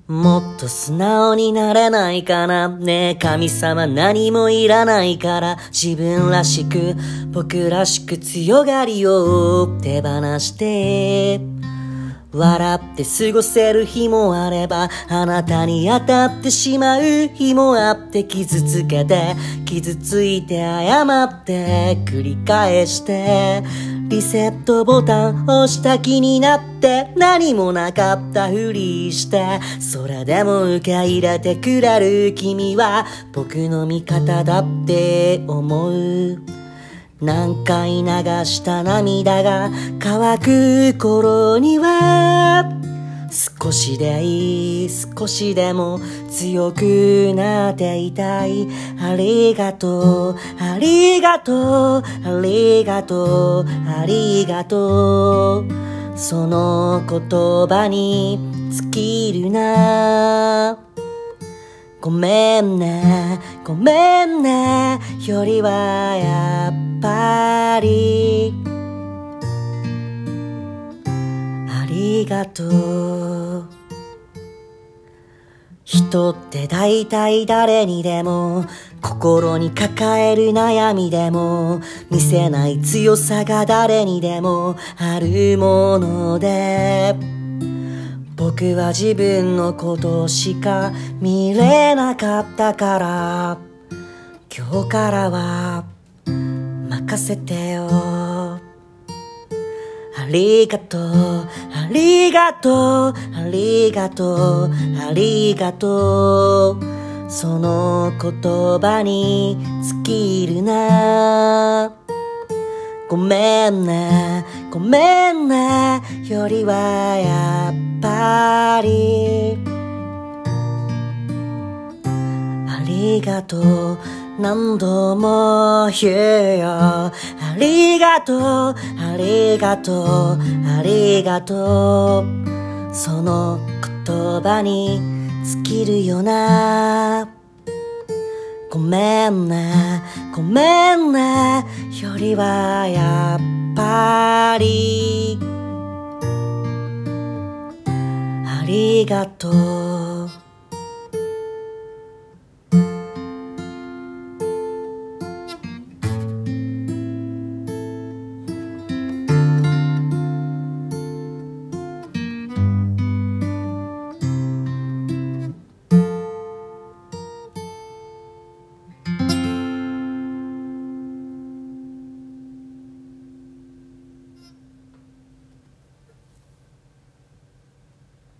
もっと素直になれないかな。ねえ神様何もいらないから自分らしく僕らしく強がりを手放して笑って過ごせる日もあればあなたに当たってしまう日もあって傷つけて傷ついて謝って繰り返してリセットボタン押した気になって何もなかったふりしてそれでも受け入れてくれる君は僕の味方だって思う何回流した涙が乾く頃には少しでいい少しでも強くなっていたいありがとうありがとうありがとうありがとうその言葉に尽きるなごめんねごめんねよりはやっぱりありがとう人って大体誰にでも心に抱える悩みでも見せない強さが誰にでもあるもので僕は自分のことしか見れなかったから今日からは任せてよありがとうありがとうありがとうありがとうその言葉に尽きるなごめんねごめんねよりはやっぱりありがとう何度も言うよありがとうありがとうありがとうその言葉に尽きるよなごめんねごめんねよりはやっぱりありがとう